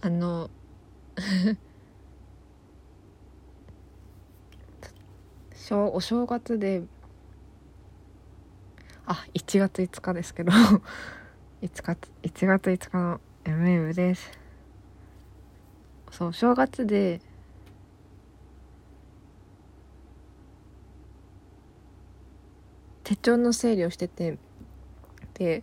あのお正月で1月5日ですけど1月5日の MM です。そう、正月で手帳の整理をしてて、で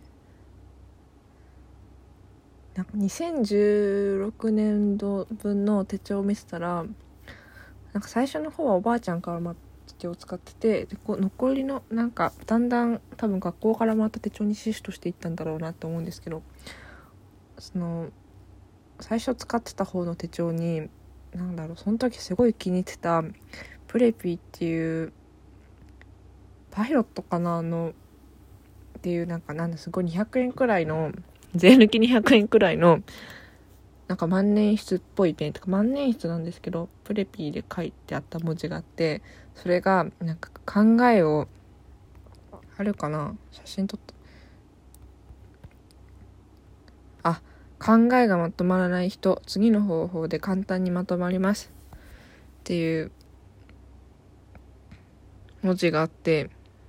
なんか2016年度分の手帳を見せたら、なんか最初の方はおばあちゃんから手帳を使ってて、で残りのなんかだんだん多分学校からもらった手帳にシフトしていったんだろうなって思うんですけど、その最初使ってた方の手帳にその時すごい気に入ってたプレピっていうパイロットかなっていうすごい200円くらいの税抜き200円くらいの万年筆っぽいペンとか、万年筆なんですけどプレピーで書いてあった文字があって、それが考えをあるかな、写真撮った。考えがまとまらない人、次の方法で簡単にまとまりますっていう文字があって、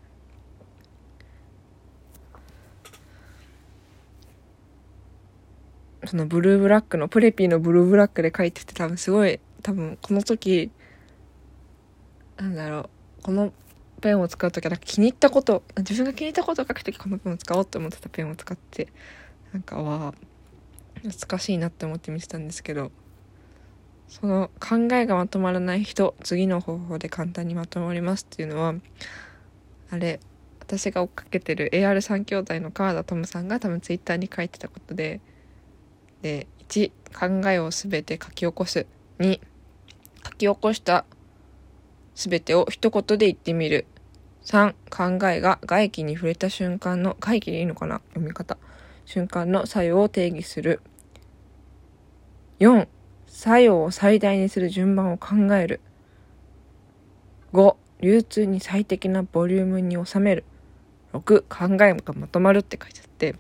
そのブルーブラックのプレピーのブルーブラックで書いてて、多分この時このペンを使う時は自分が気に入ったことを書く時このペンを使おうと思ってたペンを使って、懐かしいなって思って見てたんですけど、その考えがまとまらない人、次の方法で簡単にまとまりますっていうのは、私が追っかけてる AR3 兄弟の川田トムさんが多分ツイッターに書いてたことで、1、考えをすべて書き起こす。2、書き起こしたすべてを一言で言ってみる。3、考えが外気に触れた瞬間の、外気でいいのかな読み方。瞬間の作用を定義する。4、作用を最大にする順番を考える。5、流通に最適なボリュームに収める。6、考えがまとまるって書いてあって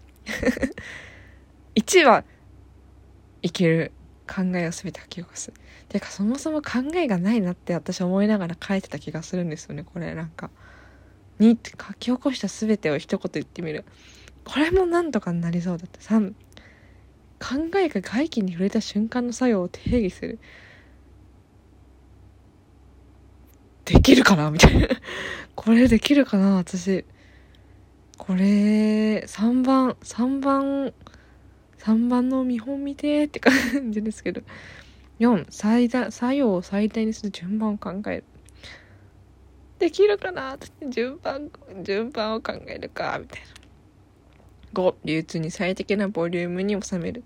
1はいける。考えをすべて書き起こす。てかそもそも考えがないなって私思いながら書いてた気がするんですよね。これ2って書き起こしたすべてを一言言ってみる。これもなんとかになりそうだった。3、考えが外気に触れた瞬間の作用を定義する。できるかなみたいなこれできるかな私。これ3番の見本見てって感じですけど。4、作用を最大にする順番を考える。できるかな順番を考えるかみたいな。5、流通に最適なボリュームに収める。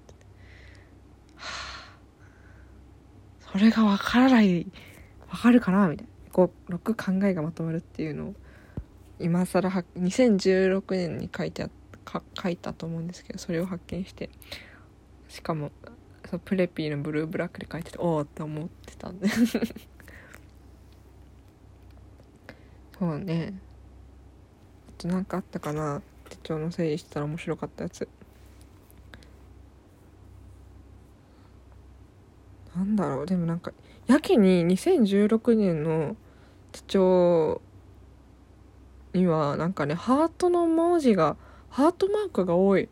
それがわかるかなみたいな。5、6、考えがまとまるっていうのを今更2016年に書いたと思うんですけど、それを発見して、しかもプレピーのブルーブラックで書いてて、おーって思ってたんでそうね。あとあったかな、手帳の整理してたら面白かったやつ。でもやけに2016年の手帳にはハートの文字が、ハートマークが多い。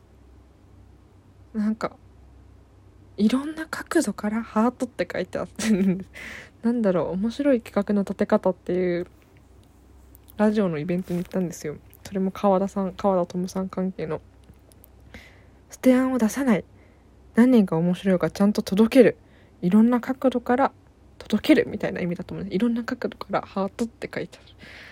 いろんな角度からハートって書いてあって面白い企画の立て方っていうラジオのイベントに行ったんですよ。それも川田智さん関係の。捨て案を出さない、何が面白いかちゃんと届ける、いろんな角度から届けるみたいな意味だと思うんです。いろんな角度からハートって書いて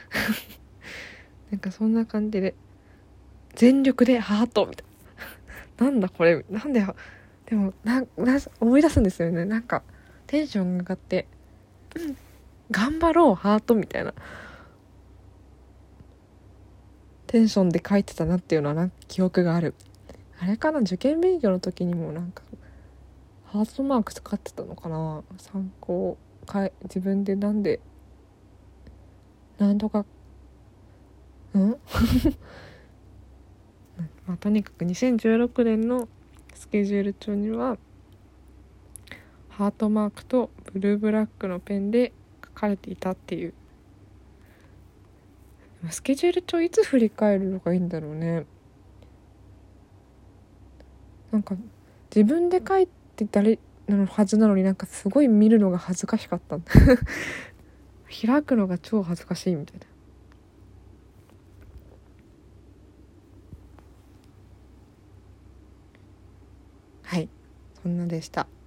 あるそんな感じで、全力でハートみたいなこれでも思い出すんですよね。テンションが上がって、頑張ろうハートみたいなテンションで書いてたなっていうのは記憶がある。あれかな、受験勉強の時にもハートマーク使ってたのかな。自分で何度かとにかく2016年のスケジュール帳にはハートマークとブルーブラックのペンで書かれていたっていう。スケジュール帳いつ振り返るのがいいんだろうね。なんか自分で書いて誰のはずなのに、なんかすごい見るのが恥ずかしかった開くのが超恥ずかしいみたいな。はい、そんなでした。